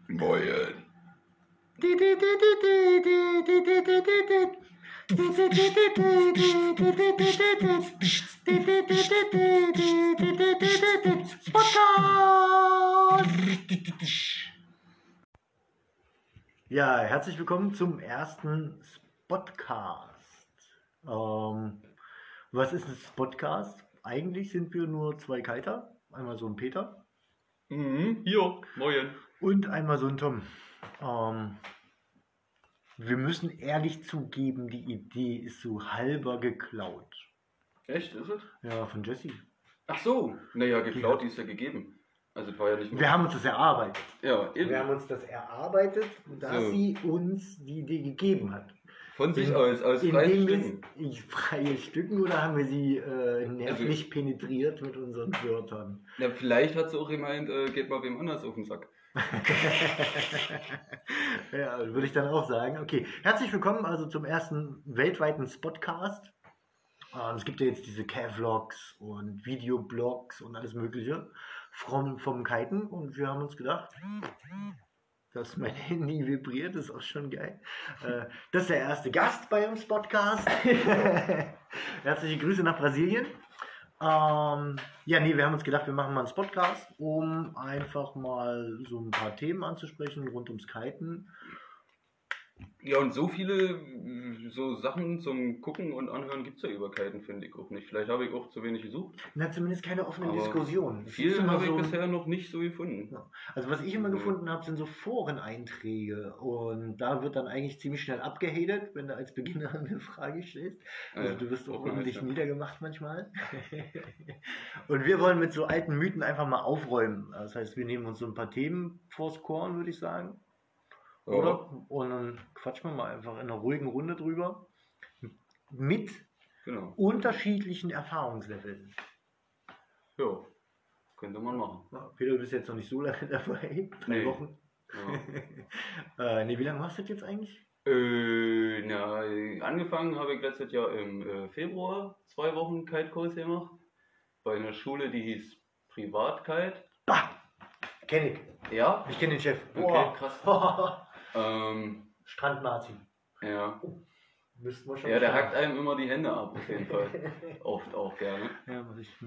Moin. Ja, herzlich willkommen zum ersten Spotcast. Was ist ein Spotcast? Eigentlich sind wir nur zwei Kiter, einmal so ein Peter Hier, moin. und einmal so ein Tom. Wir müssen ehrlich zugeben, die Idee ist so halber geklaut. Echt, ist es? Ja, von Jessie. Ach so, naja, geklaut, die ist ja gegeben. Also es war ja nicht Wir haben uns das erarbeitet. Ja, eben. Wir haben uns das erarbeitet, da So. sie uns die Idee gegeben hat. Von sich aus freien Stücken. Freie Stücken oder haben wir sie nervlich penetriert mit unseren Wörtern? Ja, vielleicht hat sie auch gemeint, geht mal wem anders auf den Sack. Ja, würde ich dann auch sagen. Okay, herzlich willkommen also zum ersten weltweiten Spotcast. Es gibt ja jetzt diese Cavlogs und Videoblogs und alles Mögliche vom Kiten und wir haben uns gedacht, dass mein Handy vibriert, ist auch schon geil. Das ist der erste Gast bei uns Podcast. Herzliche Grüße nach Brasilien. Wir haben uns gedacht, wir machen mal einen Podcast, um einfach mal so ein paar Themen anzusprechen rund ums Kiten. Ja, und so viele so Sachen zum Gucken und Anhören gibt es ja über Kiten, finde ich auch nicht. Vielleicht habe ich auch zu wenig gesucht. Na, zumindest keine offenen Aber Diskussionen. Viel habe ich bisher noch nicht so gefunden. Ja. Also was ich immer gefunden habe, sind so Foreneinträge und da wird dann eigentlich ziemlich schnell abgehatet, wenn du als Beginner eine Frage stellst. Also du wirst auch ordentlich niedergemacht manchmal. Und wir wollen mit so alten Mythen einfach mal aufräumen. Das heißt, wir nehmen uns so ein paar Themen vors Korn, würde ich sagen. Ja. Oder? Und dann quatschen wir mal einfach in einer ruhigen Runde drüber. Mit unterschiedlichen Erfahrungsleveln. Ja, könnte man machen. Ja, Peter, du bist jetzt noch nicht so lange dabei. 3 Wochen. Ja. Wie lange machst du das jetzt eigentlich? Angefangen habe ich letztes Jahr im Februar 2 Wochen Kite-Kurs gemacht. Bei einer Schule, die hieß Privatkite. Bah! Kenn ich. Ja? Ich kenne den Chef. Okay, krass. Strandnazi. Ja. Müssten wir schon der hackt einem immer die Hände ab, auf jeden Fall. Oft auch gerne. Ja, was ich.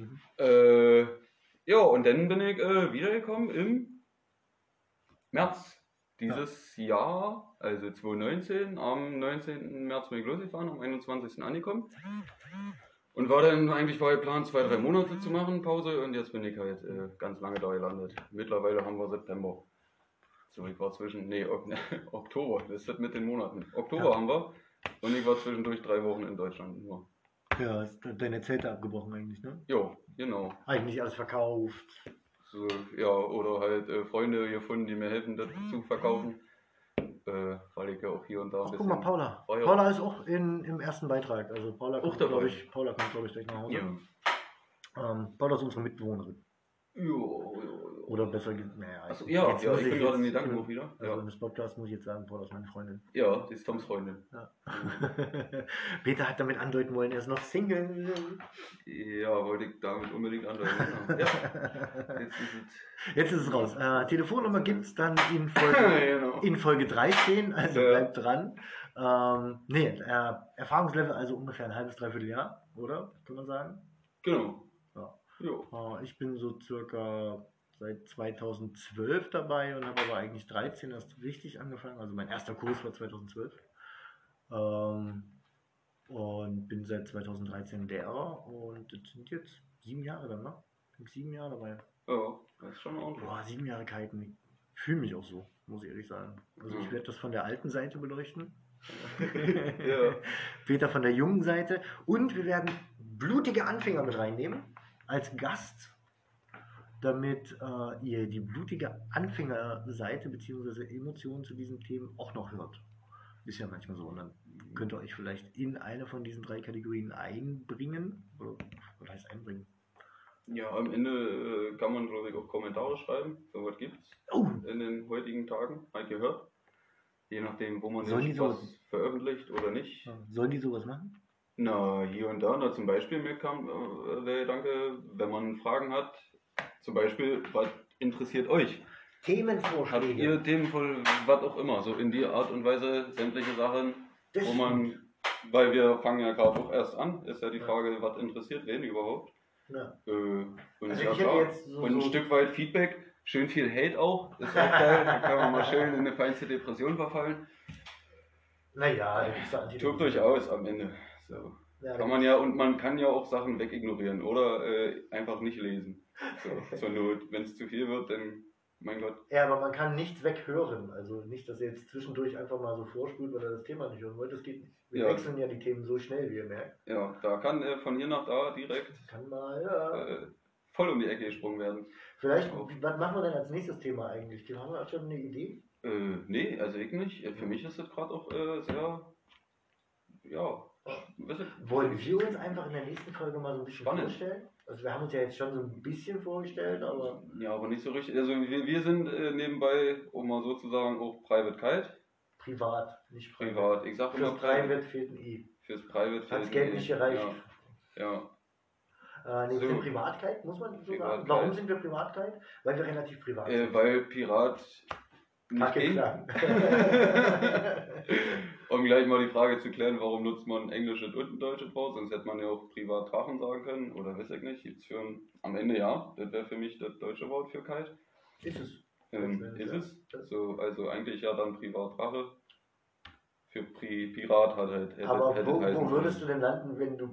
Und dann bin ich wiedergekommen im März dieses Jahr, also 2019. Am 19. März bin ich losgefahren, am 21. angekommen. Und war geplant, 2-3 Monate zu machen, Pause, und jetzt bin ich halt ganz lange da gelandet. Mittlerweile haben wir September. So, ich war Oktober, das ist das mit den Monaten. Oktober haben wir, und ich war zwischendurch 3 Wochen in Deutschland nur. Ja, hast deine Zelte abgebrochen eigentlich, ne? Jo, genau. Eigentlich alles verkauft. So, ja, oder halt Freunde gefunden, die mir helfen, das zu verkaufen. Weil ich ja auch hier und da ein bisschen... Guck mal, Paula. Paula ist auch im ersten Beitrag. Also Paula kommt, glaube ich, gleich nach Hause. Ja. Paula ist unsere Mitbewohnerin. Jo. Oder besser gesagt, ich bin gerade im Gedankenbuch wieder. Also im Podcast muss ich jetzt sagen, Paula ist meine Freundin. Ja, die ist Toms Freundin. Ja. Peter hat damit andeuten wollen, er ist noch Single. Ja, wollte ich damit unbedingt andeuten. Ja. Jetzt ist es raus. Telefonnummer gibt es dann in Folge 13, also bleibt dran. Erfahrungslevel also ungefähr ein halbes, dreiviertel Jahr, oder? Kann man sagen? Genau. Ja. Ich bin so circa seit 2012 dabei und habe aber eigentlich 13 erst richtig angefangen. Also mein erster Kurs war 2012. Und bin seit 2013 Lehrer und das sind jetzt 7 Jahre dann, ne? Bin 7 Jahre dabei. Ja, das ist schon ordentlich. 7 Jahre Kiten. Ich fühle mich auch so, muss ich ehrlich sagen. Also ich werde das von der alten Seite beleuchten. Ja. Peter von der jungen Seite. Und wir werden blutige Anfänger mit reinnehmen als Gast, damit ihr die blutige Anfängerseite bzw. Emotionen zu diesen Themen auch noch hört. Ist ja manchmal so. Und dann könnt ihr euch vielleicht in eine von diesen 3 Kategorien einbringen. Oder was heißt einbringen? Ja, am Ende kann man, glaube ich, auch Kommentare schreiben. So was gibt's in den heutigen Tagen, halt gehört. Je nachdem, wo man was veröffentlicht oder nicht. Ja. Sollen die sowas machen? Na, hier und da. Zum Beispiel mir kam der Gedanke, wenn man Fragen hat, zum Beispiel, was interessiert euch? Themenvorschläge. Habt ihr Themen von was auch immer, so in die Art und Weise, sämtliche Sachen, Das wo man, weil wir fangen ja gerade auch erst an, ist ja die Ja. Frage, was interessiert wen überhaupt? Ja. Und Also ja ich hätte klar, jetzt so- und ein so- Stück weit Feedback, schön viel Hate auch, ist auch geil, da kann man mal schön in eine feinste Depression verfallen. Naja, da gibt's da Tobt euch aus am Ende. So. Ja, Kann man ja, und man kann ja auch Sachen wegignorieren oder einfach nicht lesen. So, zur Not. Wenn es zu viel wird, dann, mein Gott. Ja, aber man kann nichts weghören. Also nicht, dass ihr jetzt zwischendurch einfach mal so vorspult, weil ihr das Thema nicht hören wollt. Das geht nicht. Wir Ja. wechseln ja die Themen so schnell, wie ihr merkt. Ja, da kann von hier nach da direkt Kann mal, ja. voll um die Ecke gesprungen werden. Vielleicht, Auch. was machen wir denn als nächstes Thema eigentlich? Haben wir schon eine Idee? Nee, also ich nicht. Für mich ist das gerade auch sehr, ja, weißt du, Wollen wir uns einfach in der nächsten Folge mal so ein bisschen Spannend. vorstellen? Also wir haben uns ja jetzt schon so ein bisschen vorgestellt, aber ja, aber nicht so richtig. Also wir sind nebenbei, um mal so zu sagen, auch Private Kite. privat, nicht privat. Privat. Ich sag immer Fürs Private fehlt ein I. Fürs Private. Hat's fehlt Geld ein nicht E. gereicht. Ja. Nee, wir So. sind Privatkeit, muss man so sagen. Privatkeit. Warum sind wir Privatkeit? Weil wir relativ privat sind. Weil Pirat nicht Kacke ging. klang. Um gleich mal die Frage zu klären, warum nutzt man englisches und ein deutsches Wort? Sonst hätte man ja auch privat Drachen sagen können. Oder weiß ich nicht. Gibt's für am Ende ja. Das wäre für mich das deutsche Wort für Kite. Ist es. Ist es. So, also eigentlich ja dann privat Drache. Für Pirat hat halt. Aber hätte wo heißen würdest du können. denn landen, wenn du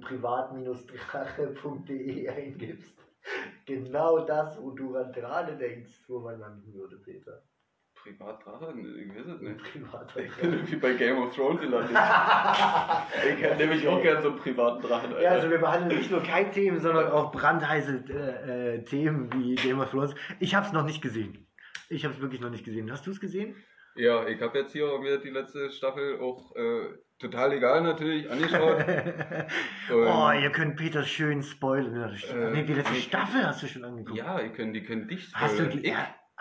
privat-drache.de eingibst? Genau das, wo du an gerade denkst, wo man landen würde, Peter. Privat Drache? Ich weiß es nicht. Privat. Ich bin wie bei Game of Thrones gelandet. Ich hätte nämlich auch gern so einen privaten Drachen. Alter. Ja, also wir behandeln nicht nur Kite-Themen, sondern auch brandheiße Themen wie Game of Thrones. Ich habe es noch nicht gesehen. Ich habe es wirklich noch nicht gesehen. Hast du es gesehen? Ja, ich habe jetzt hier mir die letzte Staffel auch total legal natürlich angeschaut. Oh, ihr könnt Peter schön spoilern. Nee, die letzte nee. Staffel hast du schon angeguckt. Ja, die können dich spoilern. Hast du die?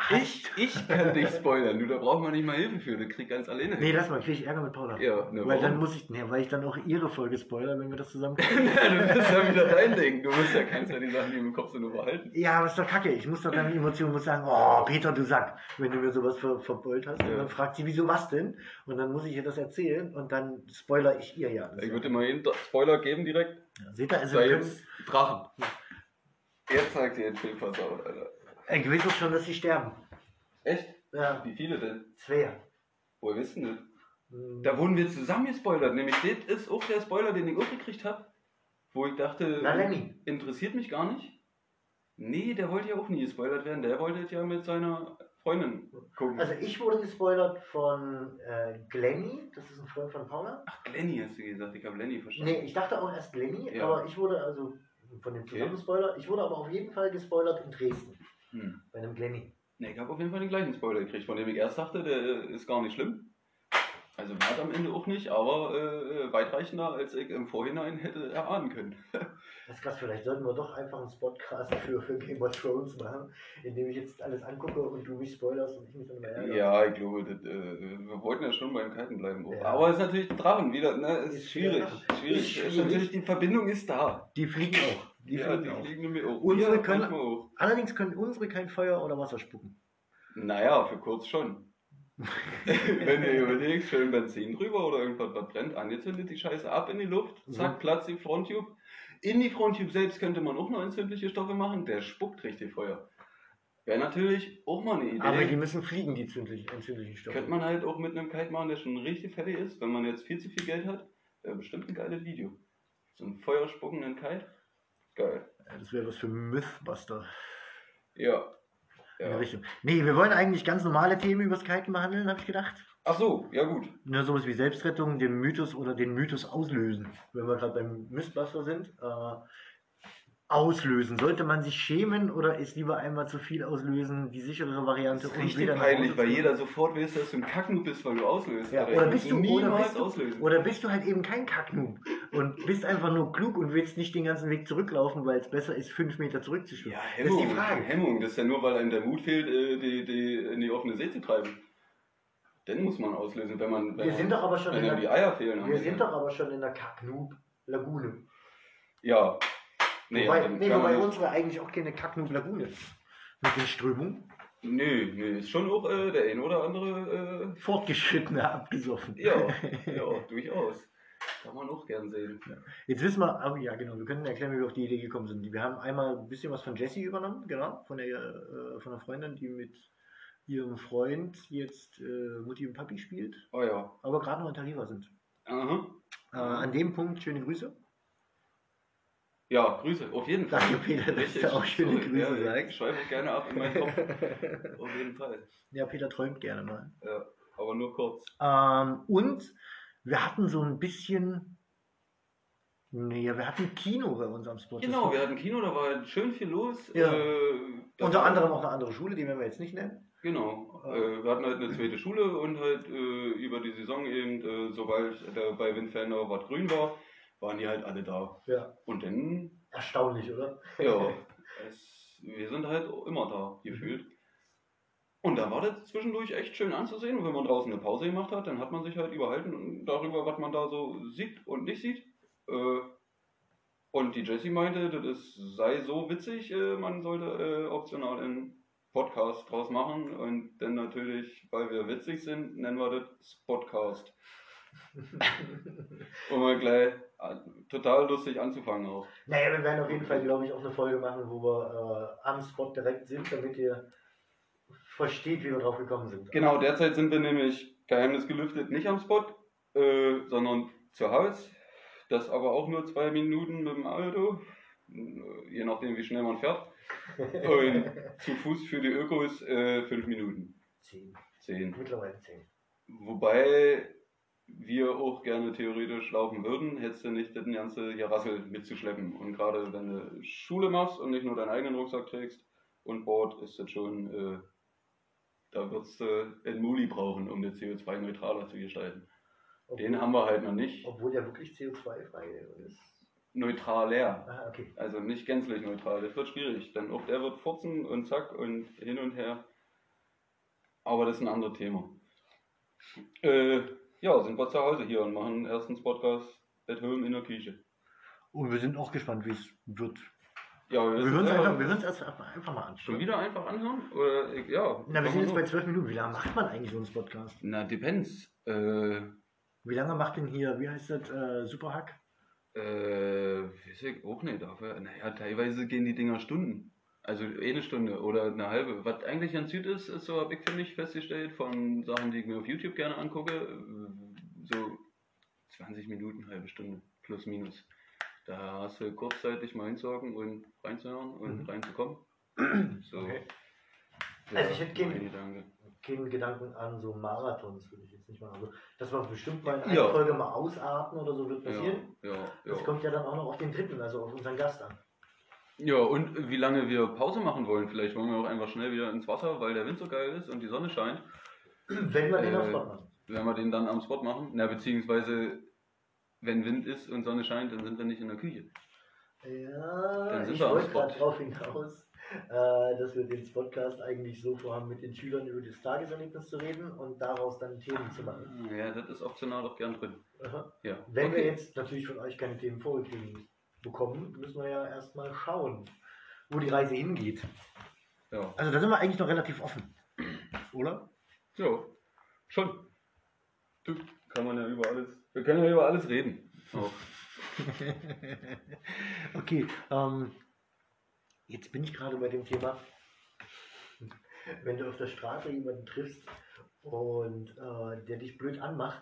Ich kann dich spoilern. Du, da braucht man nicht mal Hilfe für. Du kriegst ganz alleine. Nee, lass mal, kriege ich Ärger mit Paula. Ja, ne, weil dann warum? muss ich, nee, weil ich dann auch ihre Folge spoilere, wenn wir das zusammen Ja, das ist ja wieder dein Ding. Du musst ja kannst ja die Sachen, die im Kopf sind, nur behalten. Ja, aber ist doch kacke. Ich muss doch dann Emotionen muss sagen, oh, Peter, du Sack, wenn du mir sowas verbeult hast. Ja. Und dann fragt sie, wieso was denn? Und dann muss ich ihr das erzählen und dann spoiler ich ihr ja. Ich würde dir mal jeden Spoiler geben direkt. Ja, seht ihr, also Da wir können, jetzt Drachen. Jetzt zeigt ihr den Film versaut, Alter. ich weiß doch schon, dass sie sterben. Echt? Ja, Wie viele denn? Svea. Woher wissen das? Hm, Da wurden wir zusammen gespoilert. Nämlich das ist auch der Spoiler, den ich auch gekriegt habe. Wo ich dachte, Na, Lenny. interessiert mich gar nicht. Nee, der wollte ja auch nie gespoilert werden. Der wollte es ja mit seiner Freundin gucken. Also ich wurde gespoilert von Glenny, das ist ein Freund von Paula. Ach, Lenny hast du gesagt. Ich habe Lenny verstanden. Nee, ich dachte auch erst Glenny, Ja. aber ich wurde also von dem Zusammenspoiler, ich wurde aber auf jeden Fall gespoilert in Dresden, bei einem Glenny. Nee, ich habe auf jeden Fall den gleichen Spoiler gekriegt, von dem ich erst dachte, der ist gar nicht schlimm. Also war am Ende auch nicht, aber weitreichender, als ich im Vorhinein hätte erahnen können. Das ist krass, vielleicht sollten wir doch einfach einen Podcast für Game of Thrones machen, in dem ich jetzt alles angucke und du mich spoilerst und ich mich dann immer ärgere. Ja, ich glaube, wir wollten ja schon beim Kiten bleiben. Auch. Ja. Aber es ist natürlich Drachen wieder, ne? Es ist schwierig. Ist Schwierig. schwierig. Ist natürlich, die Verbindung ist da. Die fliegen auch. Die fliegen nämlich auch. Unsere Wir können- manchmal auch. Allerdings können unsere kein Feuer oder Wasser spucken. Naja, für kurz schon. Wenn du überlegst, schön Benzin drüber oder irgendwas was brennt, angezündet die Scheiße ab in die Luft, zack, Mhm. Platz die Fronttube. In die Fronttube selbst könnte man auch noch entzündliche Stoffe machen, der spuckt richtig Feuer. Wäre natürlich auch mal eine Idee. Aber die müssen fliegen, die entzündlichen Stoffe. Könnte man halt auch mit einem Kite machen, der schon richtig fertig ist, wenn man jetzt viel zu viel Geld hat. Wäre bestimmt ein geiles Video. So ein feuerspuckenden Kite. Geil. Ja, das wäre was für Mythbuster. Ja. In der Ja. Richtung. Nee, wir wollen eigentlich ganz normale Themen übers Kiten behandeln, habe ich gedacht. Ach so, ja gut. Nur sowas wie Selbstrettung, den Mythos oder den Mythos auslösen. Wenn wir gerade beim Mythbuster sind. Auslösen. Sollte man sich schämen oder ist lieber einmal zu viel auslösen die sicherere Variante? Das ist und richtig wieder nach peinlich, Hause weil zu- jeder sofort weiß, dass du ein Kacknoob bist, weil du auslöst. Ja, Alter. oder Ich bist würde du, oder niemals bist du, auslösen. oder bist du halt eben kein Kacknoob und bist einfach nur klug und willst nicht den ganzen Weg zurücklaufen, weil es besser ist, 5 Meter zurückzuschwimmen. Ja, Das ist Hemmung. die Frage. Hemmung. Das ist ja nur, weil einem der Mut fehlt, die in die offene See zu treiben. Dann muss man auslösen, wenn man. Wir sind doch aber schon wenn in einem die der, Eier fehlen. am wir Ende. sind doch aber schon in der Kacknoob-Lagune. Ja. Nee, wobei dann kann man wobei nicht- unsere eigentlich auch keine Kacknoob-Lagune ist. Mit den Strömungen. Nö, ist schon auch der ein oder andere. Fortgeschrittene abgesoffen. Ja, durchaus. Kann man auch gern sehen. Ja. Jetzt wissen wir, aber ja genau, wir können erklären, wie wir auf die Idee gekommen sind. Wir haben einmal ein bisschen was von Jessie übernommen, genau, von der Freundin, die mit ihrem Freund jetzt Mutti und Papi spielt, Oh ja. aber gerade noch in Tarifa sind. Aha. An dem Punkt schöne Grüße. Ja, Grüße, auf jeden Fall. Danke, Peter, dass du auch schöne Grüße Ich sagst. schreibe auch gerne ab in meinen Kopf. Auf jeden Fall. Ja, Peter träumt gerne mal. Ja, aber nur kurz. Und wir hatten so ein bisschen, wir hatten Kino bei unserem Spot. Genau, wir hatten Kino, da war schön viel los. Ja. Da Unter war- anderem auch eine andere Schule, die werden wir jetzt nicht nennen. Genau. Wir hatten halt eine zweite Schule und halt über die Saison eben, sobald bei Windfeldner was grün war, waren die halt alle da. Ja. Und dann, Erstaunlich, oder? ja, wir sind halt immer da, gefühlt. Und da war das zwischendurch echt schön anzusehen. Und wenn man draußen eine Pause gemacht hat, dann hat man sich halt überhalten darüber, was man da so sieht und nicht sieht. Und die Jessie meinte, sei so witzig, man sollte optional einen Podcast draus machen. Und dann natürlich, weil wir witzig sind, nennen wir das Podcast. Um mal gleich total lustig anzufangen auch. Naja, wir werden auf jeden Fall, glaube ich, auch eine Folge machen, wo wir am Spot direkt sind, damit ihr versteht, wie wir drauf gekommen sind. Genau, derzeit sind wir nämlich Geheimnis gelüftet nicht am Spot, sondern zu Hause. Das aber auch nur 2 Minuten mit dem Auto, je nachdem wie schnell man fährt. Und zu Fuß für die Ökos 5 Minuten. 10. Mittlerweile 10. Wobei wir auch gerne theoretisch laufen würden, hättest du nicht das ganze Gerassel mitzuschleppen. Und gerade wenn du Schule machst und nicht nur deinen eigenen Rucksack trägst und Bord, ist das schon, da würdest du einen Muli brauchen, um das CO2-neutraler zu gestalten. Den haben wir halt noch nicht. Obwohl der wirklich CO2-frei ist. Neutraler. Ah, okay. Also nicht gänzlich neutral. Das wird schwierig. Dann auch der wird furzen und zack und hin und her. Aber das ist ein anderes Thema. Ja, sind wir zu Hause hier und machen den ersten Podcast at home in der Küche. Und wir sind auch gespannt, wie es wird. Ja, Wir hören es erst einfach mal an. Schon wieder einfach anhören? Oder, ja. Na, wir sind jetzt bei 12 Minuten. Wie lange macht man eigentlich so einen Podcast? Na, depends. Wie lange macht denn hier, wie heißt das, Superhack? Weiß ich auch nicht. Dafür, naja, teilweise gehen die Dinger Stunden. Also eine Stunde oder eine halbe. Was eigentlich ganz gut ist, so habe ich für mich festgestellt, von Sachen, die ich mir auf YouTube gerne angucke, so 20 Minuten, halbe Stunde, plus minus. Da hast du kurzzeitig mal hinzuhocken und reinzuhören und reinzukommen. So. Okay. Ja, Also ich hätte meine Gedanken. keinen Gedanken an so Marathons, würde ich jetzt nicht machen. Also, dass wir bestimmt mal in einer Ja. Folge mal ausarten oder so wird passieren. Ja. Das kommt ja dann auch noch auf den dritten, also auf unseren Gast an. Ja, und wie lange wir Pause machen wollen. Vielleicht wollen wir auch einfach schnell wieder ins Wasser, weil der Wind so geil ist und die Sonne scheint. Wenn wir den am Spot machen. Wenn wir den dann am Spot machen. Na, beziehungsweise, wenn Wind ist und Sonne scheint, dann sind wir nicht in der Küche. Ja, Dann sind ich wir am wollte Spot. gerade darauf hinaus, dass wir den Podcast eigentlich so vorhaben, mit den Schülern über das Tageserlebnis zu reden und daraus dann Themen zu machen. Ja, das ist optional doch gern drin. Aha. Ja. Wenn wir Okay. jetzt natürlich von euch keine Themen vorgegeben bekommen, müssen wir ja erstmal schauen, wo die Reise hingeht. Ja. Also da sind wir eigentlich noch relativ offen, oder? Ja, schon. Du, kann man ja über alles. Wir können ja über alles reden. Auch. Okay, jetzt bin ich gerade bei dem Thema, wenn du auf der Straße jemanden triffst und der dich blöd anmacht,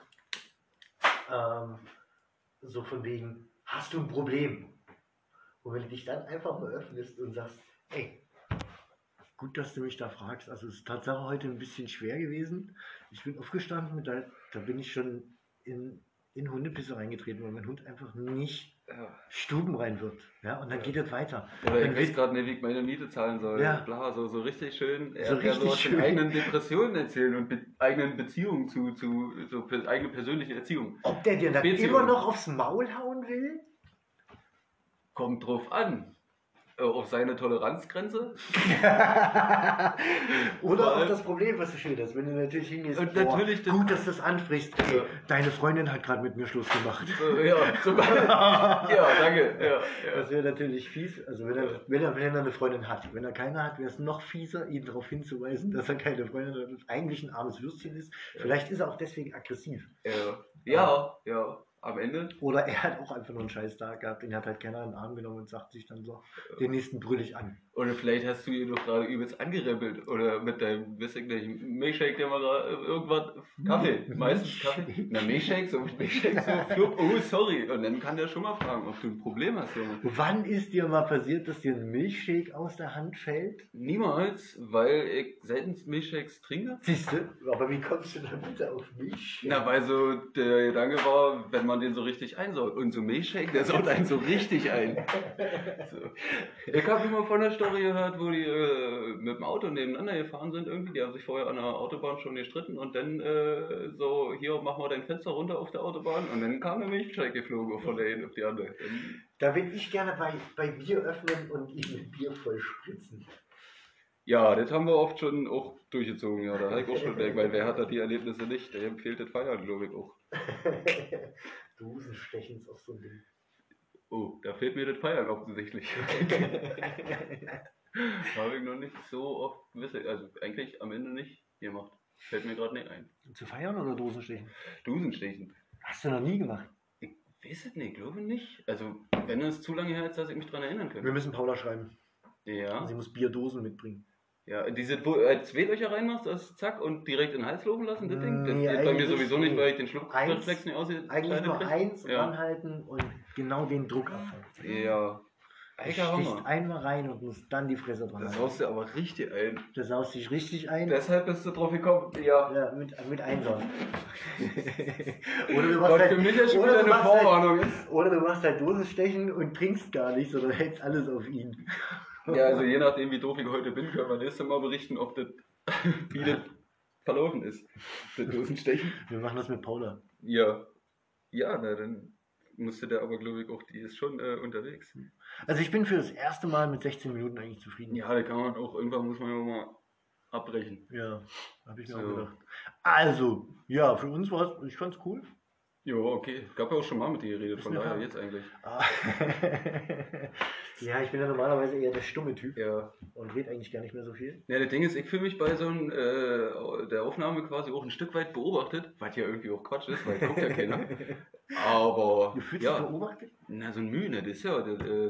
so von wegen, hast du ein Problem? Und wenn du dich dann einfach mal öffnest und sagst, ey, gut, dass du mich da fragst, also es ist Tatsache heute ein bisschen schwer gewesen. Ich bin aufgestanden, da bin ich schon in Hundepisse reingetreten, weil mein Hund einfach nicht Ja. stubenrein wird. Ja, und dann geht es weiter. Oder Dann ich weiß gerade nicht, wie ich meine Miete zahlen soll. Ja. Bla, so richtig schön. So richtig aus den schön. eigenen Depressionen erzählen und eigenen Beziehungen zu so eigene persönliche Erziehung. Ob der dir dann Beziehung. immer noch aufs Maul hauen will? Kommt drauf an. auf seine Toleranzgrenze. Oder auch das Problem, was du schilderst, wenn du natürlich hingehst, Und natürlich gut, dass du das ansprichst, ey, Ja. deine Freundin hat gerade mit mir Schluss gemacht. Ja, zum Beispiel. Ja, danke. Ja, Das wäre natürlich fies, also wenn er eine Freundin hat. Wenn er keine hat, wäre es noch fieser, ihn darauf hinzuweisen, dass er keine Freundin hat und eigentlich ein armes Würstchen ist. Vielleicht ist er auch deswegen aggressiv. Ja, am Ende. Oder er hat auch einfach nur einen scheiß Tag gehabt, ihn hat halt keiner in den Arm genommen und sagt sich dann so, den nächsten brüll ich an. Oder vielleicht hast du ihn doch gerade übelst angerempelt. Oder mit deinem, weiß ich nicht, Milchshake, der mal gerade irgendwas, Kaffee, meistens Kaffee. Na, Milchshake, so flupp, oh, sorry. Und dann kann der schon mal fragen, ob du ein Problem hast, Junge. Wann ist dir mal passiert, dass dir ein Milchshake aus der Hand fällt? Niemals, weil ich selten Milchshakes trinke. Siehst du, aber wie kommst du denn bitte auf Milchshake? Na, weil so der Gedanke war, wenn man den so richtig einsaugt. Und so Milchshake, der saugt einen so richtig ein. So. Ich habe immer von der Story gehört, wo die mit dem Auto nebeneinander gefahren sind irgendwie. Die haben sich vorher an der Autobahn schon gestritten und dann so, hier, mach mal dein Fenster runter auf der Autobahn. Und dann kam der Milchshake geflogen von der einen auf die andere. Da will ich gerne bei Bier öffnen und ihn mit Bier voll spritzen. Ja, das haben wir oft schon auch durchgezogen. Ja, da habe ich auch schon gedacht, weil wer hat da die Erlebnisse nicht? Der empfiehlt das Feiern, glaube ich auch. Dosenstechen ist auch so ein Ding. Oh, da fehlt mir das Feiern offensichtlich. Habe ich noch nicht so oft also eigentlich am Ende nicht gemacht. Fällt mir gerade nicht ein. Zu feiern oder Dosenstechen? Dosenstechen. Hast du noch nie gemacht? Ich weiß es nicht, glaube nicht. Also, wenn es zu lange her ist, dass ich mich daran erinnern könnte. Wir müssen Paula schreiben. Ja. Sie muss Bierdosen mitbringen. Ja, diese, wo zwei Löcher reinmachst, das zack und direkt in den Hals laufen lassen, das Ding? Das Nee, geht bei mir eigentlich sowieso nicht, nicht. weil ich den Schluckreflex nicht Eigentlich nur kriege. eins Ja. anhalten und genau den Druck abfangen. Ja. Du Alter stichst Hammer. einmal rein und musst dann die Fresse dran Das halten. haust du aber richtig ein. Das saust dich richtig ein. Deshalb bist du drauf gekommen. Ja. Ja, mit Einsaugen. Oder du Was machst für mich ja schon oder wieder du eine machst halt- Vorwarnung ist. Oder du machst halt Dosenstechen und trinkst gar nicht, sondern hältst alles auf ihn. Ja, also je nachdem, wie doof ich heute bin, können wir nächstes Mal berichten, ob das wie das verlaufen ist. Das Dosenstechen. Wir machen das mit Paula. Ja. Ja, na, dann musste der aber, glaube ich, auch, die ist schon unterwegs. Also ich bin für das erste Mal mit 16 Minuten eigentlich zufrieden. Ja, da kann man auch, irgendwann muss man ja mal abbrechen. Ja, habe ich mir So. auch gedacht. Also, ja, für uns war es, ich fand's cool. Ja, okay. Gab ja auch schon mal mit dir geredet, von Ist mir daher klar. jetzt eigentlich. Ah. Ja, ich bin ja normalerweise eher der stumme Typ Ja. und rede eigentlich gar nicht mehr so viel. Ja, das Ding ist, ich fühle mich bei so einem, der Aufnahme quasi auch ein Stück weit beobachtet, was ja irgendwie auch Quatsch ist, weil guckt ja keiner. Aber, Du fühlst dich ja, beobachtet? na, so ein Mühe, das ist ja,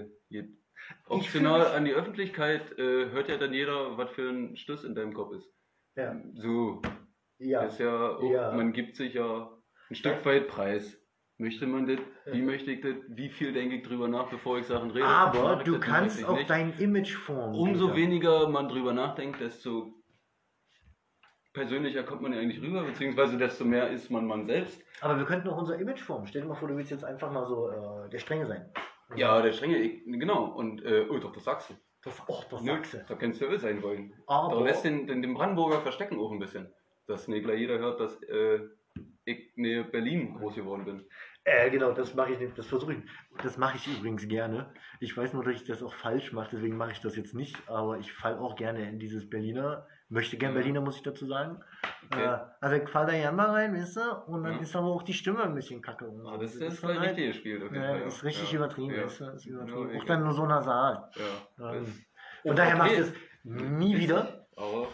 optional an die Öffentlichkeit hört ja dann jeder, was für ein Stuss in deinem Kopf ist. Ja. So, Ja. das ist ja auch, Ja. man gibt sich ja ein Stück weit preis. Möchte man das? Wie möchte ich das? Wie viel denke ich drüber nach, bevor ich Sachen rede? Aber Mache ich du das, kannst mache ich auch nicht? dein Image formen. Umso Peter. weniger man drüber nachdenkt, desto persönlicher kommt man ja eigentlich rüber, beziehungsweise desto mehr ist man selbst. Aber wir könnten auch unser Image formen. Stell dir mal vor, du willst jetzt einfach mal so der Strenge sein. Ja, der Strenge, genau. Und, oh, doch, das sagst du. Das Nö, Sachse. da kannst du ja sein wollen. Aber Da lässt den Brandenburger verstecken auch ein bisschen. Dass nicht gleich jeder hört, dass ich nähe Berlin groß geworden bin. genau, das mache ich nicht. Das versuche ich. Das mache ich übrigens gerne. Ich weiß nur, dass ich das auch falsch mache, deswegen mache ich das jetzt nicht. Aber ich falle auch gerne in dieses Berliner. Möchte gern Ja. Berliner, muss ich dazu sagen. Okay. Also ich falle da gerne mal rein, weißt du? Und dann Ja. ist aber auch die Stimme ein bisschen kacke. Und Ah, so. das ist dann halt richtig gespielt. Auf jeden Ja, Fall, ja. ist richtig Ja. übertrieben, Ja. weißt du? Ist übertrieben. Ja, Auch dann nur so nasal. Ja. Von daher okay. machst du es nie wieder. Aber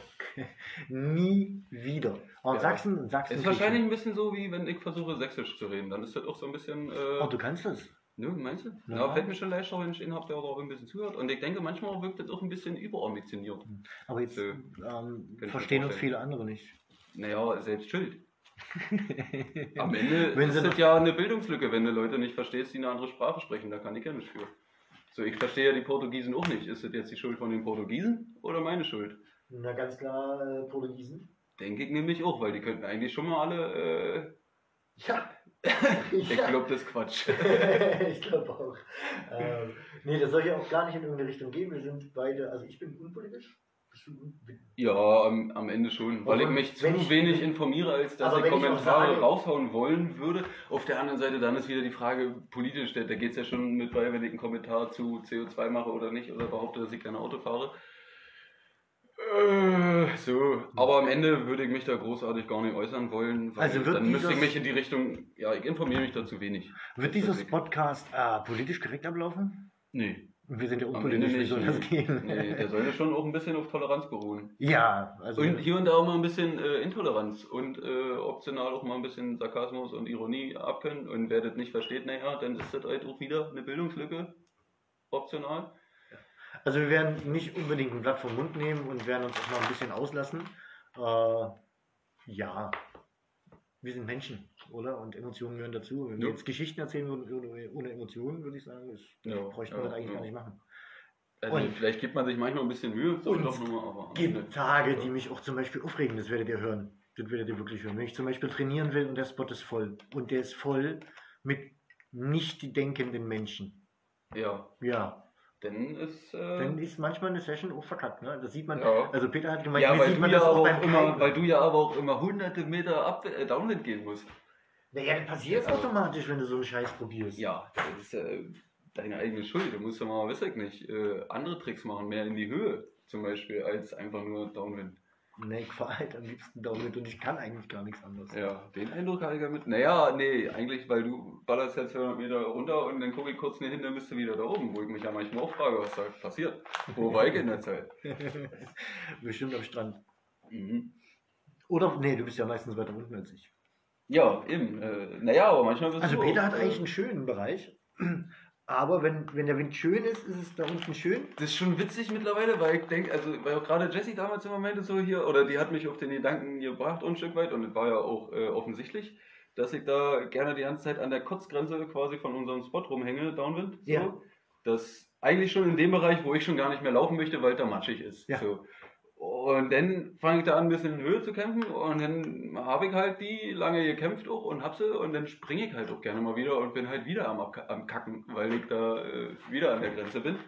Nie wieder. Aber Ja. Sachsen es geht ist wahrscheinlich ein bisschen so, wie wenn ich versuche, Sächsisch zu reden. Dann ist das auch so ein bisschen. schon. Oh, du kannst das. Nö, meinst du? Ja. Ja, fällt mir schon leichter, wenn ich ihn habe, der auch ein bisschen zuhört. Und ich denke, manchmal wirkt das auch ein bisschen überambitioniert. Aber jetzt ich verstehen mir uns vorstellen. viele andere nicht. Naja, selbst schuld. Am Ende Wenn ist sie das noch- ja eine Bildungslücke, wenn du Leute nicht verstehst, die eine andere Sprache sprechen. Da kann ich ja nicht für. So, ich verstehe ja die Portugiesen auch nicht. Ist das jetzt die Schuld von den Portugiesen oder meine Schuld? Na, ganz klar Portugiesen. Denke ich nämlich auch, weil die könnten eigentlich schon mal alle. Ja. Ich glaube, das ist Quatsch. Ich glaube auch. Nee, das soll ja auch gar nicht in irgendeine Richtung gehen. Wir sind beide, also ich bin unpolitisch. Ja, am Ende schon, weil ich mich zu wenig informiere, als dass ich Kommentare raushauen wollen würde. Auf der anderen Seite dann ist wieder die Frage politisch, da geht es ja schon mit bei, wenn ich einen Kommentar zu CO2 mache oder nicht, oder behaupte, dass ich gerne Auto fahre. So, aber am Ende würde ich mich da großartig gar nicht äußern wollen, weil dann müsste ich mich in die Richtung, ja, ich informiere mich da zu wenig. Wird dieses Podcast politisch korrekt ablaufen? Nee. Wir sind ja unpolitisch, wie soll das gehen? Nee, der sollte schon auch ein bisschen auf Toleranz beruhen. Ja, also. Und hier und da auch mal ein bisschen Intoleranz und optional auch mal ein bisschen Sarkasmus und Ironie abkönnen. Und wer das nicht versteht, naja, dann ist das halt auch wieder eine Bildungslücke. Optional. Also wir werden nicht unbedingt ein Blatt vom Mund nehmen und werden uns auch mal ein bisschen auslassen. Ja, wir sind Menschen, oder? Und Emotionen gehören dazu. Wenn wir jetzt Geschichten erzählen würden ohne Emotionen, würde ich sagen, bräuchte man das eigentlich gar nicht machen. Also und vielleicht gibt man sich manchmal ein bisschen Mühe. Es gibt Tage, die mich auch zum Beispiel aufregen, das werdet ihr hören. Das werdet ihr wirklich hören. Wenn ich zum Beispiel trainieren will und der Spot ist voll. Und der ist voll mit nicht denkenden Menschen. Ja. Ja. Dann ist manchmal eine Session auch verkackt, ne? Das sieht man. Ja. Also Peter hat gemeint, ja, sieht man das auch beim Kiten. Weil du ja aber auch immer hunderte Meter Downwind gehen musst. Naja, das passiert automatisch, wenn du so einen Scheiß probierst. Ja, das ist deine eigene Schuld. Du musst ja mal, weiß ich nicht, andere Tricks machen, mehr in die Höhe zum Beispiel, als einfach nur Downwind. Nee, ich fahre halt am liebsten Downwind und ich kann eigentlich gar nichts anderes. Ja, den Eindruck habe ich damit. Naja, nee, eigentlich, weil du ballerst jetzt 200 Meter runter und dann gucke ich kurz hin, dann bist du wieder da oben, wo ich mich ja manchmal auch frage, was da passiert. Wo war ich in der Zeit? Bestimmt am Strand. Mhm. Oder, nee, du bist ja meistens weiter unten als ich. Ja, eben. Naja, aber manchmal bist du. Also Peter auch, hat eigentlich einen schönen Bereich. Aber wenn der Wind schön ist, ist es da unten schön. Das ist schon witzig mittlerweile, weil ich denke, also weil auch gerade Jessie damals im Moment so hier, oder die hat mich auf den Gedanken gebracht ein Stück weit und es war ja auch offensichtlich, dass ich da gerne die ganze Zeit an der Kotzgrenze quasi von unserem Spot rumhänge, Downwind. So. Ja. Das eigentlich schon in dem Bereich, wo ich schon gar nicht mehr laufen möchte, weil da matschig ist. Ja. So. Und dann fange ich da an, ein bisschen in Höhe zu kämpfen und dann habe ich halt die lange gekämpft auch und hab sie und dann springe ich halt auch gerne mal wieder und bin halt wieder am Kacken, weil ich da wieder an der Grenze bin.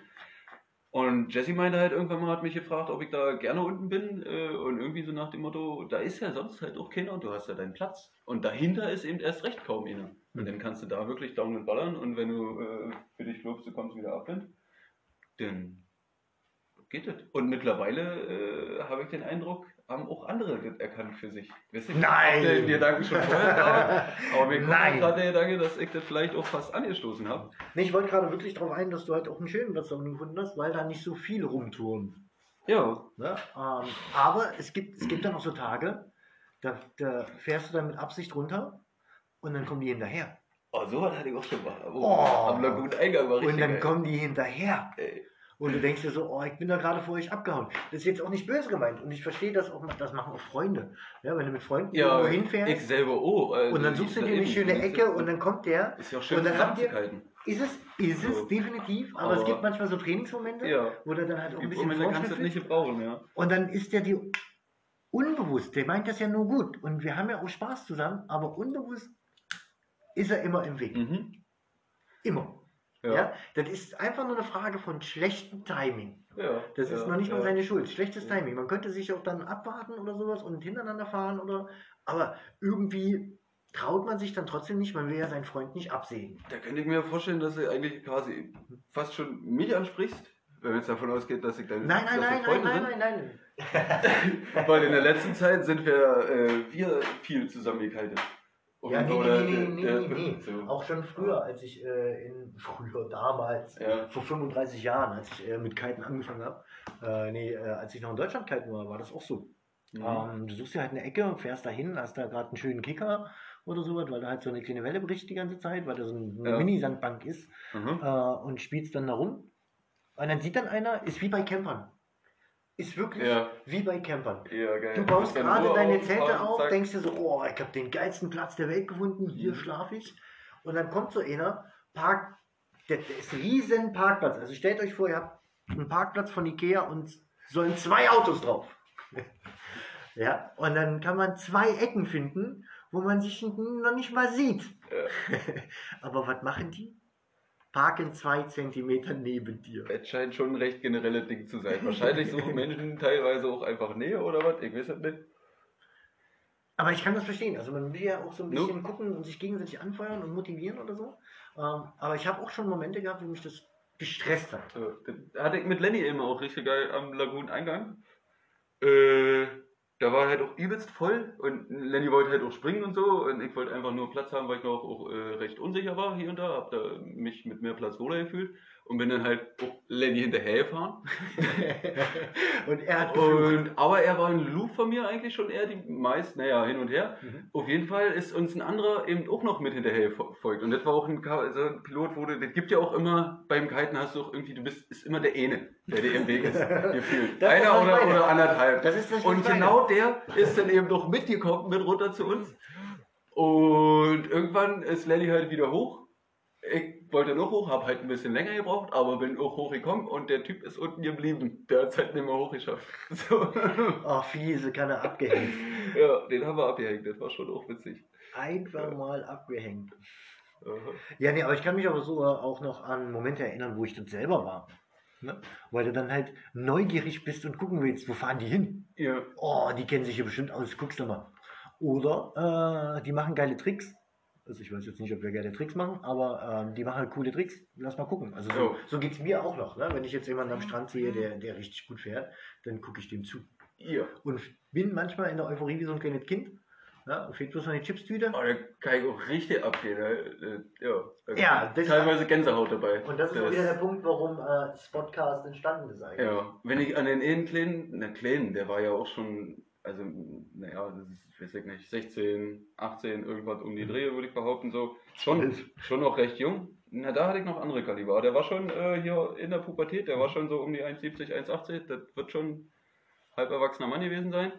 Und Jessie meinte halt irgendwann mal, hat mich gefragt, ob ich da gerne unten bin und irgendwie so nach dem Motto, da ist ja sonst halt auch keiner und du hast ja deinen Platz. Und dahinter ist eben erst recht kaum einer. Und dann kannst du da wirklich Downwind ballern und wenn du für dich glaubst, du kommst wieder Abwind, dann geht das. Und mittlerweile habe ich den Eindruck, haben auch andere das erkannt für sich. Nein! Den Gedanken schon vorher gehabt, aber mir kommt gerade der Gedanke, dass ich das vielleicht auch fast angestoßen habe. Nee, ich wollte gerade wirklich darauf ein, dass du halt auch einen schönen Platz gefunden hast, weil da nicht so viel rumtouren. Ja. Ne? Aber es gibt dann auch so Tage, da fährst du dann mit Absicht runter und dann kommen die hinterher. Oh, sowas hatte ich auch schon mal. Am Laguneingang war richtig. Und dann kommen die hinterher. Ey. Und du denkst dir so, oh, ich bin da gerade vor euch abgehauen. Das ist jetzt auch nicht böse gemeint. Und ich verstehe das auch, das machen auch Freunde. Ja, wenn du mit Freunden irgendwo hinfährst. Ich selber auch. Also und dann suchst du dir eine schöne Ecke und dann kommt der. Ist ja auch schön und dann habt ihr, ist es so. Definitiv. Aber es gibt manchmal so Trainingsmomente, wo der dann halt auch ein bisschen kannst du das nicht gebrauchen, ja. Und dann ist der dir unbewusst, der meint das ja nur gut. Und wir haben ja auch Spaß zusammen, aber unbewusst ist er immer im Weg. Mhm. Immer. Ja, das ist einfach nur eine Frage von schlechtem Timing. Ja, das ist noch nicht mal seine Schuld. Schlechtes Timing. Man könnte sich auch dann abwarten oder sowas und hintereinander fahren aber irgendwie traut man sich dann trotzdem nicht, man will ja seinen Freund nicht absehen. Da könnte ich mir vorstellen, dass du eigentlich quasi fast schon mich ansprichst, wenn jetzt davon ausgeht, dass ich deine Freunde sind. Nein. Weil in der letzten Zeit sind wir viel zusammengehalten. Ja, nee. So. Auch schon früher, als ich damals, vor 35 Jahren, als ich mit Kiten angefangen habe, als ich noch in Deutschland kiten war das auch so. Mhm. Du suchst dir halt eine Ecke, fährst da hin, hast da gerade einen schönen Kicker oder sowas, weil da halt so eine kleine Welle bricht die ganze Zeit, weil da so eine Mini-Sandbank ist und spielst dann da rum. Und dann sieht dann einer, ist wie bei Campern. Ist wirklich wie bei Campern. Ja, geil. Du baust gerade deine Zelte auf, denkst dir so, oh, ich habe den geilsten Platz der Welt gefunden, hier schlafe ich. Und dann kommt so einer, der ist ein riesen Parkplatz. Also stellt euch vor, ihr habt einen Parkplatz von Ikea und sollen 2 Autos drauf. Ja, und dann kann man 2 Ecken finden, wo man sich noch nicht mal sieht. Ja. Aber was machen die? parken 2 Zentimeter neben dir. Es scheint schon ein recht generelles Ding zu sein. Wahrscheinlich suchen Menschen teilweise auch einfach Nähe oder was, ich weiß es nicht. Aber ich kann das verstehen. Also man will ja auch so ein bisschen gucken und sich gegenseitig anfeuern und motivieren oder so. Aber ich habe auch schon Momente gehabt, wo mich das gestresst hat. So, das hatte ich mit Lenny eben auch richtig geil am Laguneneingang. Da war halt auch übelst voll und Lenny wollte halt auch springen und so und ich wollte einfach nur Platz haben, weil ich noch auch recht unsicher war hier und da, hab da mich mit mehr Platz wohler gefühlt und bin dann halt auch Lenny hinterher gefahren. Und er hat aber er war ein Loop von mir eigentlich schon eher die meist, naja, hin und her. Auf jeden Fall ist uns ein anderer eben auch noch mit hinterher gefolgt und das war auch ein Pilot, wo du, das gibt ja auch immer, beim Kiten hast du auch irgendwie, ist immer der eine, der dir im Weg ist, gefühlt. Einer oder anderthalb. Das ist das, und genau der ist dann eben noch mitgekommen, mit runter zu uns. Und irgendwann ist Lenny halt wieder hoch. Ich wollte noch hoch, habe halt ein bisschen länger gebraucht, aber bin auch hochgekommen und der Typ ist unten geblieben. Der hat es halt nicht mehr hochgeschafft. So. Ach, fiese, kann er abgehängt. Ja, den haben wir abgehängt, das war schon auch witzig. Einfach mal abgehängt. Aha. Ja, nee, aber ich kann mich aber so auch noch an Momente erinnern, wo ich dort selber war. Ne? Weil du dann halt neugierig bist und gucken willst, wo fahren die hin? Ja. Oh, die kennen sich hier bestimmt aus, guckst du mal. Oder die machen geile Tricks. Also ich weiß jetzt nicht, ob wir geile Tricks machen, aber die machen halt coole Tricks. Lass mal gucken. Also so geht es mir auch noch. Ne? Wenn ich jetzt jemanden am Strand sehe, der richtig gut fährt, dann gucke ich dem zu. Ja. Und bin manchmal in der Euphorie wie so ein kleines Kind. Ja, fehlt bloß noch eine Chipstüte. Oh, da kann ich auch richtig abgehen. Ja, das teilweise Gänsehaut dabei. Und das ist auch wieder der Punkt, warum Spotcast entstanden ist eigentlich. Ja, wenn ich an den Kleinen, der war ja auch schon, also, naja, das ist, weiß ich nicht, 16, 18, irgendwas um die Dreh, würde ich behaupten, so. Schon noch recht jung. Na, da hatte ich noch andere Kaliber. Der war schon hier in der Pubertät, der war schon so um die 1,70, 1,80. Das wird schon halb erwachsener Mann gewesen sein.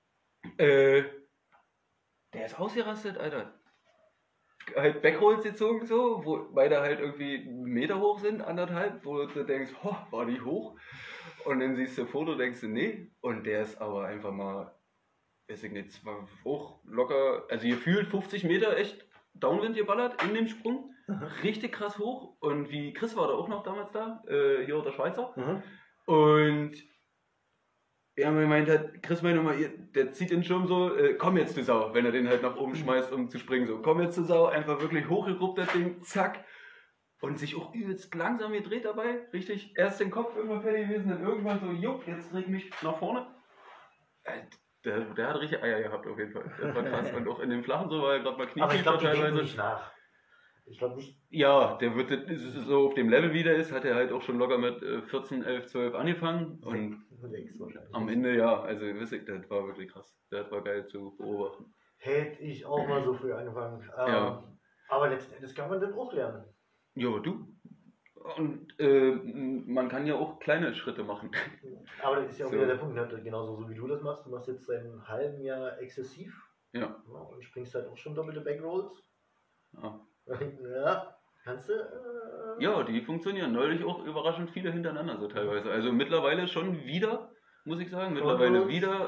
Der ist ausgerastet, Alter. Halt Backrolls gezogen so, wo beide halt irgendwie 1 Meter hoch sind, 1,5, wo du denkst, ho, war die hoch? Und dann siehst du ein Foto, denkst du, nee. Und der ist aber einfach mal, weiß ich nicht, zwar hoch, locker, also gefühlt 50 Meter echt Downwind geballert in dem Sprung. Richtig krass hoch. Und wie Chris war da auch noch damals da, hier der Schweizer. Und ja, mir meint halt, Chris meinte immer, der zieht den Schirm so, komm jetzt du Sau, wenn er den halt nach oben schmeißt, um zu springen, so, komm jetzt du Sau, einfach wirklich hochgeruppt das Ding, zack, und sich auch übelst langsam gedreht dabei, richtig, erst den Kopf irgendwann fertig gewesen, dann irgendwann so, jupp, jetzt reg mich nach vorne. Der hat richtig Eier gehabt auf jeden Fall, das war krass, und auch in dem Flachen so, war er gerade mal Aber ich glaube, teilweise. nicht nach. Ich glaube nicht. Ja, der wird so auf dem Level wie der ist, hat er halt auch schon locker mit 14, 11, 12 angefangen und 6 wahrscheinlich. am Ende ja, also wisst ihr, das war wirklich krass. Das war geil zu beobachten. Hätte ich auch mal so früh angefangen. Ja. Aber letzten Endes kann man dann auch lernen. Ja, aber du. Und man kann ja auch kleine Schritte machen. Aber das ist ja auch So. wieder der Punkt, ne? Genauso so wie du das machst. Du machst jetzt seit einem halben Jahr exzessiv. Ja. Und springst halt auch schon doppelte Backrolls. Ja. Ja, kannst du? Ja, die funktionieren. Neulich auch überraschend viele hintereinander so teilweise. Also mittlerweile schon wieder, muss ich sagen, mittlerweile wieder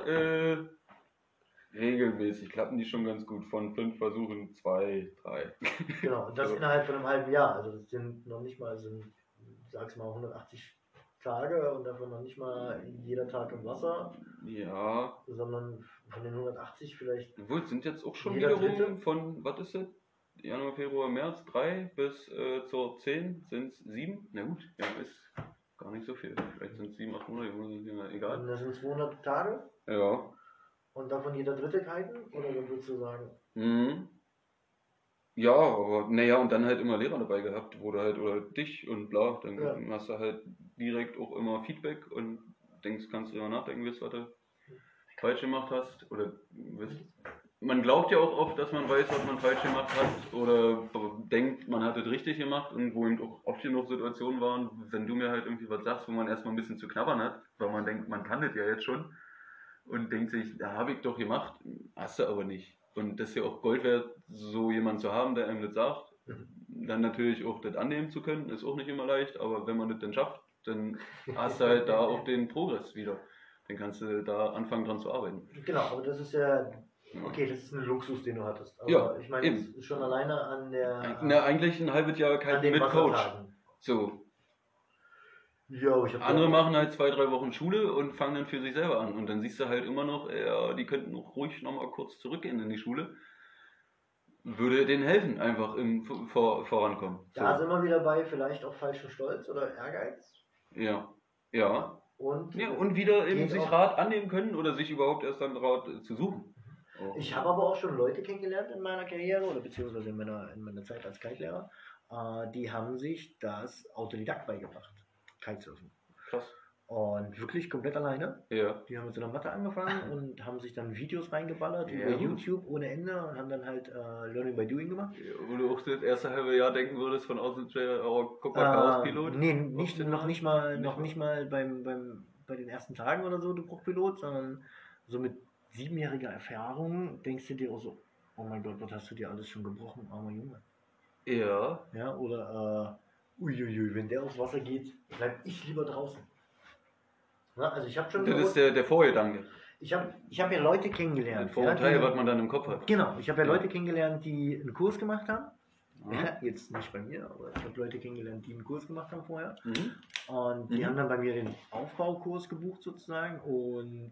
regelmäßig klappen die schon ganz gut. Von 5 Versuchen 2, 3. Genau, und das So. innerhalb von einem halben Jahr. Also das sind noch nicht mal, sag's mal 180 Tage und davon noch nicht mal jeder Tag im Wasser. Ja. Sondern von den 180 vielleicht. Obwohl, es sind jetzt auch schon Jeder wiederum Dritte? von, was ist das? Januar, Februar, März 3 bis zur 10 sind es 7. Na gut, ja, ist gar nicht so viel. Vielleicht sind es 7, 8 Monate, egal. Und das sind 200 Tage Ja. und davon jeder dritte kiten? Oder dann würdest du sagen? Mhm. Ja, aber naja, und dann halt immer Lehrer dabei gehabt, wo du halt, oder dich und bla, dann Ja. hast du halt direkt auch immer Feedback und kannst du darüber nachdenken, was du falsch gemacht hast. Oder man glaubt ja auch oft, dass man weiß, was man falsch gemacht hat, oder denkt, man hat es richtig gemacht, und wo eben auch oft genug Situationen waren, wenn du mir halt irgendwie was sagst, wo man erstmal ein bisschen zu knabbern hat, weil man denkt, man kann das ja jetzt schon, und denkt sich, da habe ich doch gemacht, hast du aber nicht. Und das ist ja auch Gold wert, so jemanden zu haben, der einem das sagt. Dann natürlich auch das annehmen zu können, ist auch nicht immer leicht, aber wenn man das dann schafft, dann hast du halt da auch den Progress wieder. Dann kannst du da anfangen dran zu arbeiten. Genau, aber das ist ja. Okay, das ist ein Luxus, den du hattest. Aber Ja, ich meine, eben. das ist schon alleine an der. Na, eigentlich ein halbes Jahr an kein den mit Coach. Wassertagen. So. Ja, aber ich habe Andere machen halt 2-3 Wochen Schule und fangen dann für sich selber an. Und dann siehst du halt immer noch, ja, die könnten auch ruhig nochmal kurz zurückgehen in die Schule. Würde denen helfen, einfach im Vorankommen. Da sind wir wieder bei vielleicht auch falschem Stolz oder Ehrgeiz. Ja. Ja. Und, Ja, und wieder eben geht sich auch- Rat annehmen können oder sich überhaupt erst dann Rat zu suchen. Ich habe aber auch schon Leute kennengelernt in meiner Karriere oder beziehungsweise in meiner Zeit als Kitelehrer, die haben sich das Autodidakt beigebracht. Kitesurfen. Krass. Und wirklich komplett alleine. Ja. Die haben mit so einer Matte angefangen und haben sich dann Videos reingeballert Ja, über gut. YouTube ohne Ende und haben dann halt Learning by Doing gemacht. Wo du auch das erste halbe Jahr denken würdest von außen, oh, guck mal, Chaos-Pilot. Nee, nicht, Optional? noch nicht mal, Nicht nicht mal bei den ersten Tagen oder so, du Bruchpilot, sondern so mit 7-jähriger Erfahrung denkst du dir auch so, oh mein Gott, was hast du dir alles schon gebrochen, armer Junge. Ja. Ja, oder uiuiui, wenn der aufs Wasser geht, bleib ich lieber draußen. Ja, also ich habe schon Das ist der Vorgedanke. ich hab ja Leute kennengelernt. Ein Vorurteil, die, was man dann im Kopf hat. Genau, ich habe ja Ja. Leute kennengelernt, die einen Kurs gemacht haben. Ja. Ja, jetzt nicht bei mir, aber ich habe Leute kennengelernt, die einen Kurs gemacht haben vorher. Mhm. Und die Mhm. haben dann bei mir den Aufbaukurs gebucht sozusagen und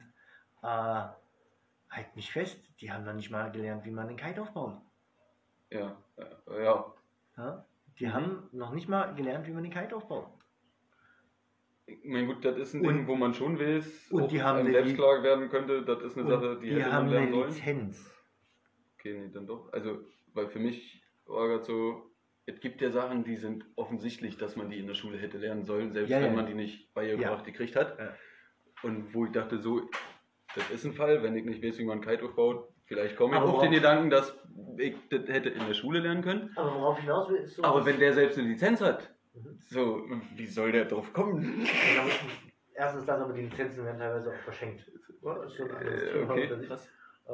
halt nicht fest, die haben dann nicht mal gelernt, wie man den Kite aufbaut. Ja. Ja. Ja? Die Mhm. haben noch nicht mal gelernt, wie man den Kite aufbaut. Ich meine, gut, das ist ein Und- Ding, wo man schon weiß, und ob die es haben einem eine selbst klar werden könnte, das ist eine Sache, Und die die hätte man haben lernen eine sollen. Lizenz. Okay, nee, dann doch. Also, weil für mich war gerade so, es gibt ja Sachen, die sind offensichtlich, dass man die in der Schule hätte lernen sollen, selbst Ja, wenn ja. man die nicht beigebracht Ja. gekriegt hat. Ja. Und wo ich dachte, so, das ist ein Fall, wenn ich nicht weiß, wie man einen Kite aufbaut, vielleicht komme ich Aber auf den worauf- Gedanken, dass ich das hätte in der Schule lernen können. Aber worauf ich hinaus will, ist so. Aber wenn der selbst eine Lizenz hat, Mhm. so, wie soll der drauf kommen? Ja, erstens das, aber die Lizenzen werden teilweise auch verschenkt. Ja, das ist schon ein anderes Thema Okay, unter sich. krass.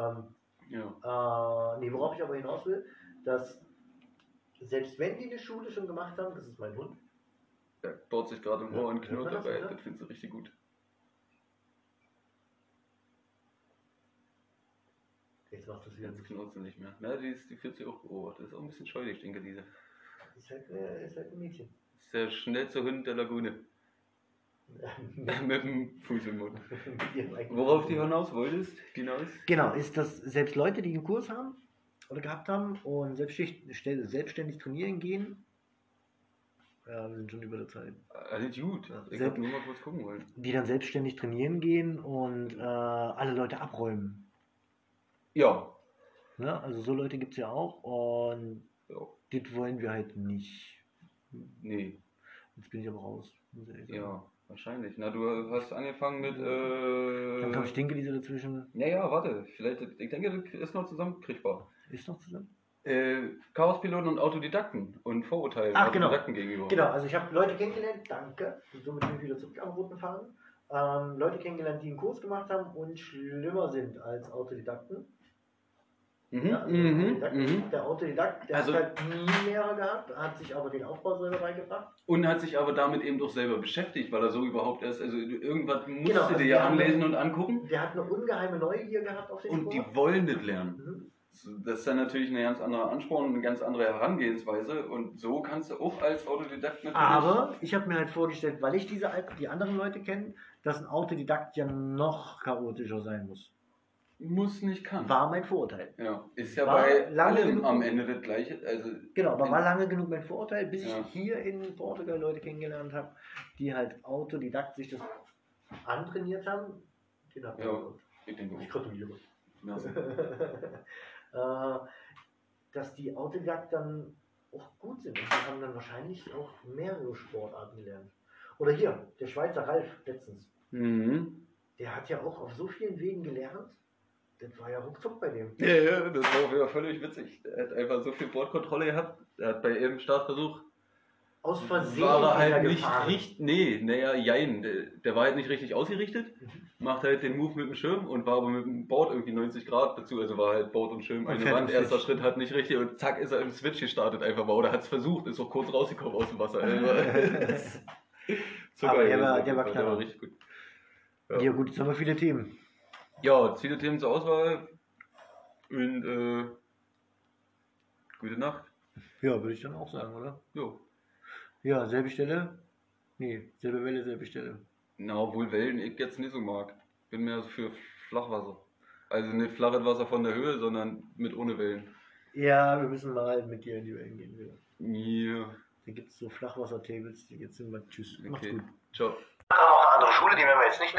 Ja. Nee, worauf ich aber hinaus will, dass selbst wenn die Schule schon gemacht haben, das ist mein Hund, Der bohrt sich gerade im Ohr und Hört knurrt man das, dabei, oder? das findest du richtig gut. jetzt macht das wieder Jetzt knurrt sie nicht mehr. Na, die führt sich auch beobachtet. Das ist auch ein bisschen scheuig, denke ich, diese. ist halt ein Mädchen. Das ist der schnellste Hund der Lagune. Mit dem Fuß im Mund. Worauf du hinaus wolltest? Genau, ist das selbst Leute, die einen Kurs haben oder gehabt haben und selbstständig trainieren gehen, ja, wir sind schon über der Zeit, Alles gut. Ja, Ich sehr- hab nur mal kurz gucken wollen. die dann selbstständig trainieren gehen und alle Leute abräumen. Ja. Ne? Also so Leute gibt es ja auch und Ja. das wollen wir halt nicht. Nee. Jetzt bin ich aber raus. Muss ich ehrlich sagen. Ja, wahrscheinlich. Na, du hast angefangen mit. Dann kam Stinkeliese dazwischen. Naja, warte. Vielleicht, ich denke, das ist noch zusammenkriegbar. Ist noch zusammen? Chaospiloten und Autodidakten und Vorurteile Ach, genau. Autodidakten gegenüber. Genau, also ich habe Leute kennengelernt, danke, somit bin ich wieder zurück am roten Faden. Leute kennengelernt, die einen Kurs gemacht haben und schlimmer sind als Autodidakten. Mhm, Ja, also Der Autodidakt, der Also- hat halt nie Lehrer gehabt, hat sich aber den Aufbau selber beigebracht. Und hat sich aber damit eben doch selber beschäftigt, weil er so überhaupt erst, also irgendwas musst Genau, du also dir die ja haben- anlesen und angucken Der hat eine ungeheime Neugier gehabt auf den und die Sport. wollen das lernen. Mhm. Das ist dann natürlich ein ganz anderer Ansporn und eine ganz andere Herangehensweise und so kannst du auch als Autodidakt natürlich... Aber ich habe mir halt vorgestellt, weil ich die anderen Leute kenne, dass ein Autodidakt ja noch chaotischer sein muss. Muss nicht kann. War mein Vorurteil. Ja, ist ja War bei lange allem genug- am Ende das Gleiche. Also Genau, aber in- war lange genug mein Vorurteil, bis Ja. ich hier in Portugal Leute kennengelernt habe, die halt Autodidakt sich das antrainiert haben. Den hat man Ja. gehört. ich denke Ich auch. gratuliere. Ja. Dass die Autodidakt dann auch gut sind. Und die haben dann wahrscheinlich auch mehrere Sportarten gelernt. Oder hier, der Schweizer Ralf letztens. Mhm. Der hat ja auch auf so vielen Wegen gelernt. Das war ja ruckzuck bei dem. Ja, das war auch wieder völlig witzig. Er hat einfach so viel Bordkontrolle gehabt. Er hat bei jedem Startversuch Aus Versehen war er ist halt nicht gefahren. richtig, jein, der war halt nicht richtig ausgerichtet, macht halt den Move mit dem Schirm und war aber mit dem Board irgendwie 90 Grad dazu, also war halt Board und Schirm Und eine fährt Wand, im erster Switch. Schritt hat nicht richtig und zack ist er im Switch gestartet einfach mal oder hat es versucht, ist auch kurz rausgekommen aus dem Wasser. So Aber geil, der war- also, der war der knaller. war richtig gut. Ja gut, jetzt haben wir viele Themen. Ja, viele Themen zur Auswahl und gute Nacht. Ja, würde ich dann auch sagen, oder? Jo. Ja, selbe Stelle? Nee, selbe Welle, selbe Stelle. Na, obwohl Wellen ich jetzt nicht so mag. Bin mehr so für Flachwasser. Also nicht flaches Wasser von der Höhe, sondern mit ohne Wellen. Ja, wir müssen mal mit dir in die Wellen gehen wieder. Ja, Da gibt es so Flachwasser-Tables, die jetzt sind wir. Tschüss. Macht's okay. gut. Ciao. Noch eine andere Schule, die werden wir jetzt nicht